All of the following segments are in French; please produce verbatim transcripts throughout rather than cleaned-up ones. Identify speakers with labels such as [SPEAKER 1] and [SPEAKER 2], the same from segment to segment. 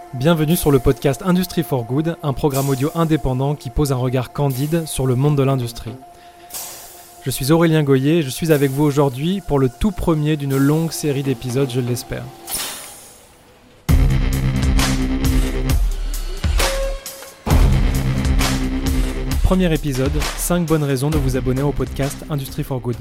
[SPEAKER 1] Bienvenue sur le podcast Industry for Good, un programme audio indépendant qui pose un regard candide sur le monde de l'industrie. Je suis Aurélien Goyer et je suis avec vous aujourd'hui pour le tout premier d'une longue série d'épisodes, je l'espère. Premier épisode, cinq bonnes raisons de vous abonner au podcast Industry for Good.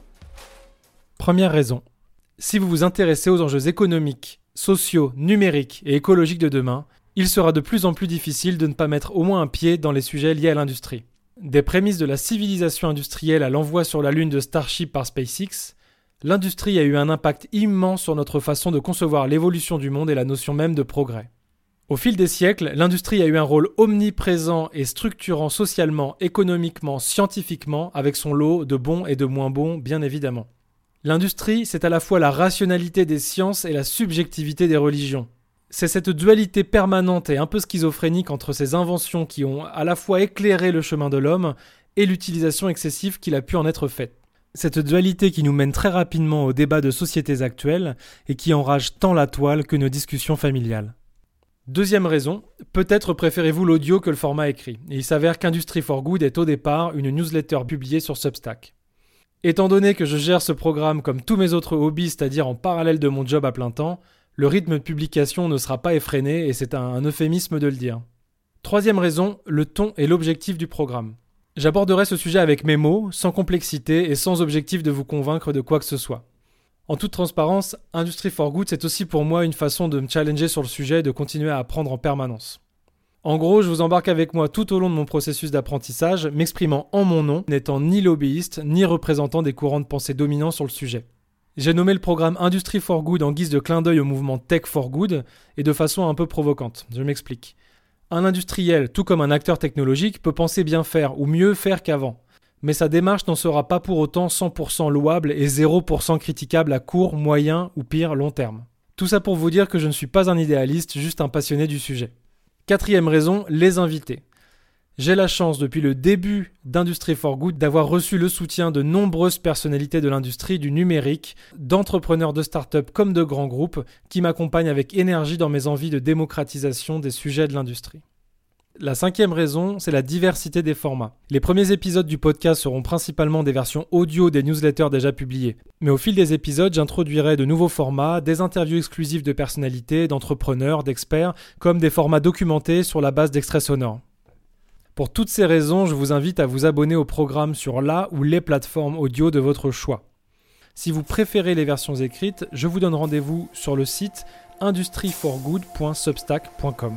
[SPEAKER 1] Première raison, si vous vous intéressez aux enjeux économiques, sociaux, numériques et écologiques de demain, il sera de plus en plus difficile de ne pas mettre au moins un pied dans les sujets liés à l'industrie. Des prémices de la civilisation industrielle à l'envoi sur la Lune de Starship par SpaceX, l'industrie a eu un impact immense sur notre façon de concevoir l'évolution du monde et la notion même de progrès. Au fil des siècles, l'industrie a eu un rôle omniprésent et structurant socialement, économiquement, scientifiquement, avec son lot de bons et de moins bons, bien évidemment. L'industrie, c'est à la fois la rationalité des sciences et la subjectivité des religions. C'est cette dualité permanente et un peu schizophrénique entre ces inventions qui ont à la fois éclairé le chemin de l'homme et l'utilisation excessive qu'il a pu en être faite. Cette dualité qui nous mène très rapidement au débat de sociétés actuelles et qui enrage tant la toile que nos discussions familiales. Deuxième raison, peut-être préférez-vous l'audio que le format écrit. Et il s'avère qu'Industry for Good est au départ une newsletter publiée sur Substack. Étant donné que je gère ce programme comme tous mes autres hobbies, c'est-à-dire en parallèle de mon job à plein temps, le rythme de publication ne sera pas effréné et c'est un, un euphémisme de le dire. Troisième raison, le ton et l'objectif du programme. J'aborderai ce sujet avec mes mots, sans complexité et sans objectif de vous convaincre de quoi que ce soit. En toute transparence, Industry for Good, c'est aussi pour moi une façon de me challenger sur le sujet et de continuer à apprendre en permanence. En gros, je vous embarque avec moi tout au long de mon processus d'apprentissage, m'exprimant en mon nom, n'étant ni lobbyiste, ni représentant des courants de pensée dominants sur le sujet. J'ai nommé le programme Industry for Good en guise de clin d'œil au mouvement Tech for Good, et de façon un peu provocante. Je m'explique. Un industriel, tout comme un acteur technologique, peut penser bien faire, ou mieux faire qu'avant. Mais sa démarche n'en sera pas pour autant cent pour cent louable et zéro pour cent critiquable à court, moyen ou pire long terme. Tout ça pour vous dire que je ne suis pas un idéaliste, juste un passionné du sujet. Quatrième raison, les invités. J'ai la chance depuis le début d'Industry for Good d'avoir reçu le soutien de nombreuses personnalités de l'industrie du numérique, d'entrepreneurs de start-up comme de grands groupes qui m'accompagnent avec énergie dans mes envies de démocratisation des sujets de l'industrie. La cinquième raison, c'est la diversité des formats. Les premiers épisodes du podcast seront principalement des versions audio des newsletters déjà publiées. Mais au fil des épisodes, j'introduirai de nouveaux formats, des interviews exclusives de personnalités, d'entrepreneurs, d'experts, comme des formats documentés sur la base d'extraits sonores. Pour toutes ces raisons, je vous invite à vous abonner au programme sur la ou les plateformes audio de votre choix. Si vous préférez les versions écrites, je vous donne rendez-vous sur le site industry for good point substack point com.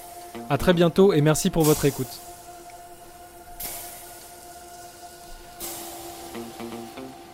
[SPEAKER 1] À très bientôt et merci pour votre écoute.